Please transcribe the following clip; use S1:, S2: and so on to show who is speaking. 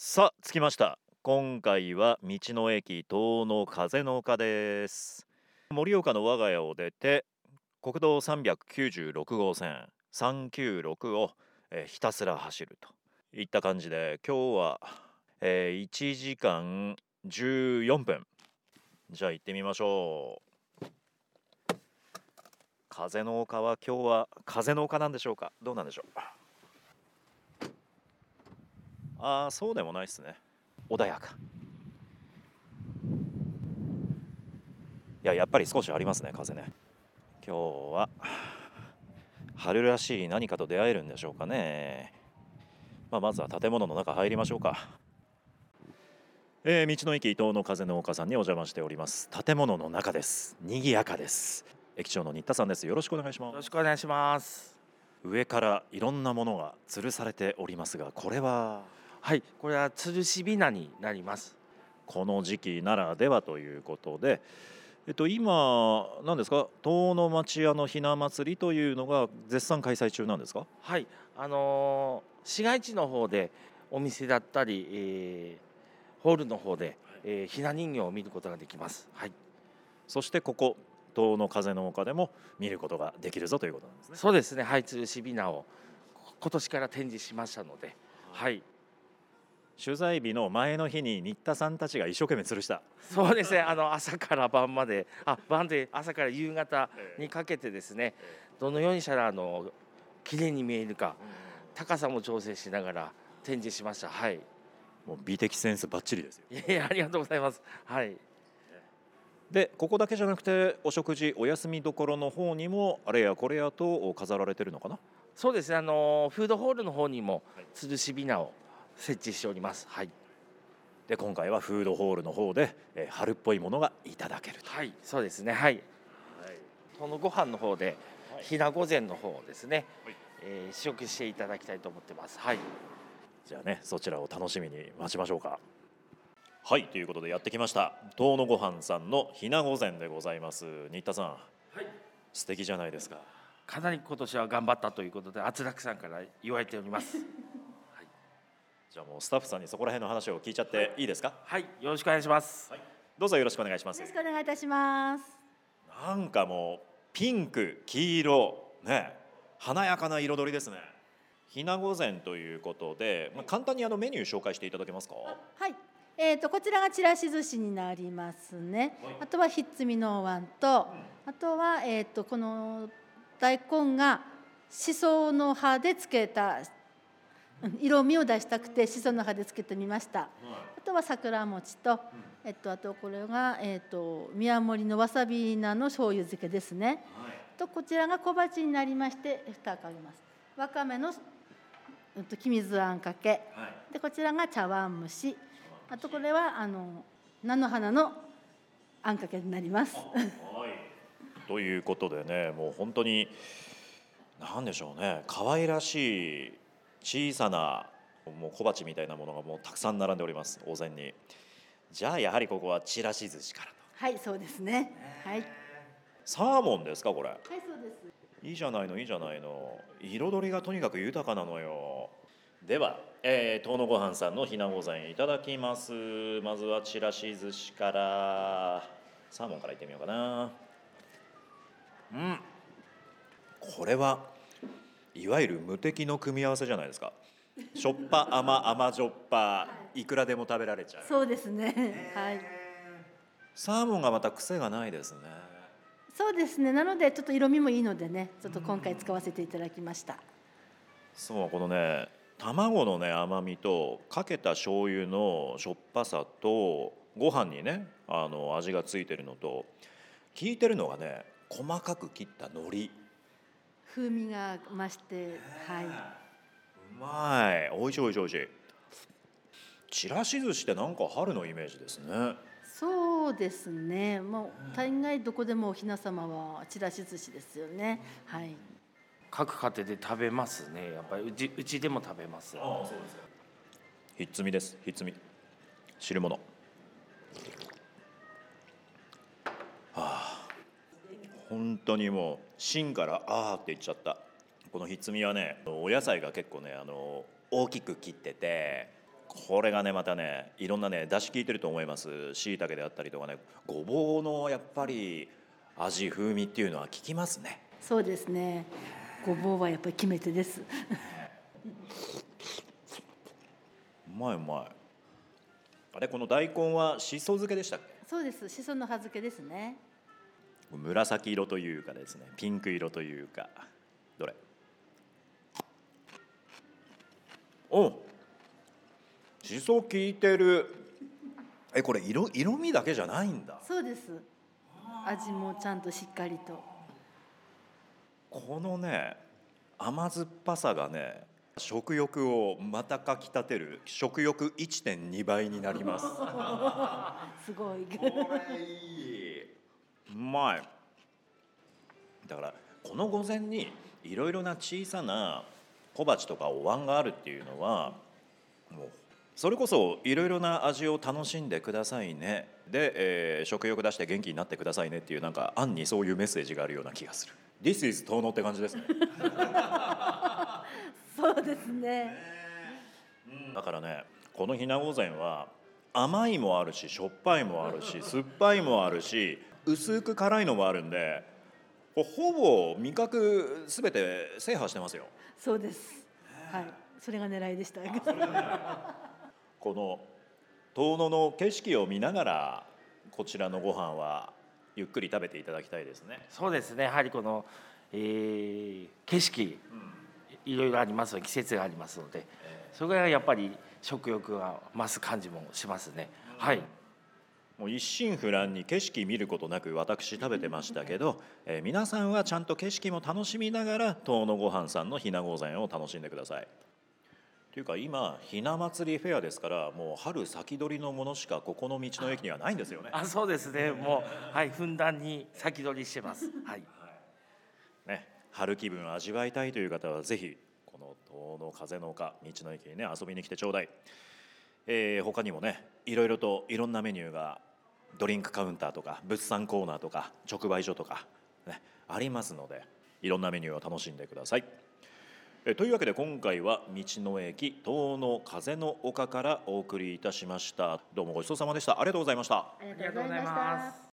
S1: さあ着きました。今回は道の駅遠野風の丘です。盛岡の我が家を出て国道396号線396を、ひたすら走るといった感じで、今日は、1時間14分。じゃあ行ってみましょう。風の丘は今日は風の丘なんでしょうか、どうなんでしょう。そうでもないですね。穏やか。やっぱり少しありますね、風ね。今日は春らしい何かと出会えるんでしょうかね。まずは建物の中入りましょうか。道の駅伊東の風の丘さんにお邪魔しております。建物の中です。賑やかです。駅長の新田さんです。よろしくお願いし
S2: よ
S1: ます。
S2: ろしくお願いします。
S1: 上からいろんなものが吊るされておりますが、これは
S2: はい、これは吊るしびなになります。
S1: この時期ならではということで、今何ですか、遠野町屋のひな祭りというのが絶賛開催中なんですか。
S2: はい、市街地の方でお店だったり、ホールの方で、ひな人形を見ることができます。はい、
S1: そしてここ遠野風の丘でも見ることができるぞということなんですね。
S2: そうですね。はい、吊るしびなを今年から展示しましたので、はい、
S1: 取材日の前の日に新田さんたちが一生懸命吊るした。
S2: そうですね。朝から晩まで、晩で朝から夕方にかけてですね、どのようにしたら綺麗に見えるか、高さも調整しながら展示しました。はい。
S1: もう美的センスバッチリですよ。
S2: いえいえ、ありがとうございます。はい。
S1: でここだけじゃなくて、お食事お休みどころの方にもあれやこれやと飾られてるのかな。
S2: そうですね。フードホールの方にも吊るしびなを設置しております。はい。
S1: で今回はフードホールの方で、春っぽいものがいただけると。
S2: はい、そうですね。はい。このご飯の方で、ひな御前の方をですね、試食していただきたいと思ってます。はい。
S1: じゃあね、そちらを楽しみに待ちましょうか。はい、ということでやってきました遠野ごはんさんのひな御前でございます。新田さん、
S2: はい。
S1: 素敵じゃないですか。
S2: かなり今年は頑張ったということで、厚楽さんから言われております。
S1: じゃあもうスタッフさんにそこら辺の話を聞いちゃっていいですか。
S2: はい、よろしくお願いします。
S1: はい、どうぞよろしくお願いします。
S3: よろしくお願いいたします。
S1: なんかもうピンク黄色ね、華やかな彩りですね。ひな御前ということで、簡単にメニュー紹介していただけますか。
S3: はい。こちらがちらし寿司になりますね。あとはひっつみのお椀と、あとはこの大根がしその葉でつけた、色味を出したくてしその葉でつけてみました。あとは桜餅と、あとこれが宮森のわさび菜の醤油漬けですね。とこちらが小鉢になりまして、蓋をかけます。わかめの黄水あんかけ、でこちらが茶碗蒸し、あとこれは菜の花のあんかけになります。
S1: ということでね、もう本当に何でしょうね、可愛らしい小さなもう小鉢みたいなものがもうたくさん並んでおります、お膳に。じゃあやはりここはちらし寿司からと。
S3: はい、そうですね。はい。
S1: サーモンですかこれ。
S3: はい、そうです。
S1: いいじゃないのいいじゃないの、彩りがとにかく豊かなのよ。では、遠野ごはんさんのひな御前いただきます。まずはちらし寿司から、サーモンからいってみようかな。これはいわゆる無敵の組み合わせじゃないですか。しょっぱ甘じょっぱ、いくらでも食べられちゃう。
S3: そうですね。はい。
S1: サーモンがまた癖がないですね。
S3: そうですね。なのでちょっと色味もいいのでね、ちょっと今回使わせていただきました。
S1: そう、このね卵のね甘みとかけた醤油のしょっぱさと、ご飯にね味がついてるのと、効いてるのがね細かく切った海苔。
S3: 風味が増して、はい。
S1: うまい、おいしいおいしいおいしい。ちらし寿司ってなんか春のイメージですね。
S3: そうですね。もう大概どこでもお雛様はちらし寿司ですよね。はい。
S2: 各家庭で食べますね。やっぱりうちでも食べます。
S1: そうですよ。ひっつみです。ひっつみ汁物。本当にもう芯からっていっちゃった。このひっつみはね、お野菜が結構ね大きく切ってて、 これがねまたねいろんなね出汁効いてると思います。椎茸であったりとかね、ごぼうのやっぱり味風味っていうのは効きますね。
S3: そうですね。ごぼうはやっぱり決め手です。
S1: うまいうまい。あれこの大根はしそ漬けでしたっけ？
S3: そうです。しその葉漬けですね。
S1: 紫色というかですね、ピンク色というか、どれ？お、しそ効いてる。これ色味だけじゃないんだ。
S3: そうです。味もちゃんとしっかりと。
S1: このね甘酸っぱさがね食欲をまたかきたてる。食欲 1.2 倍になります。
S3: すごい。
S1: これいい。うまい。だからこの御前にいろいろな小さな小鉢とかお椀があるっていうのはもうそれこそいろいろな味を楽しんでくださいねで、食欲出して元気になってくださいねっていうなんか暗にそういうメッセージがあるような気がする。 This is 遠野って感じですね。
S3: そうですね。
S1: だからねこのひな御前は甘いもあるししょっぱいもあるし酸っぱいもあるし薄く辛いのもあるんでほぼ味覚すべて制覇してますよ。
S3: そうです。はい。それが狙いでした。
S1: この遠野の景色を見ながらこちらのご飯はゆっくり食べていただきたいですね。
S2: そうですね。やはりこの、景色いろいろありますので季節がありますので、それがやっぱり食欲が増す感じもしますね。はい。
S1: もう一心不乱に景色見ることなく私食べてましたけど、皆さんはちゃんと景色も楽しみながら遠野ごはんさんのひな御前を楽しんでください。というか今ひな祭りフェアですからもう春先取りのものしかここの道の駅にはないんですよね。
S2: あ、そうですね。もうはいふんだんに先取りしてます。はい。
S1: ね、春気分を味わいたいという方はぜひこの遠野風の丘道の駅にね遊びに来てちょうだい。他にもねいろいろといろんなメニューがドリンクカウンターとか物産コーナーとか直売所とか、ね、ありますのでいろんなメニューを楽しんでください。というわけで今回は道の駅遠野風の丘からお送りいたしました。どうもごちそうさまでした。ありがとうございました。
S3: ありがとうございました。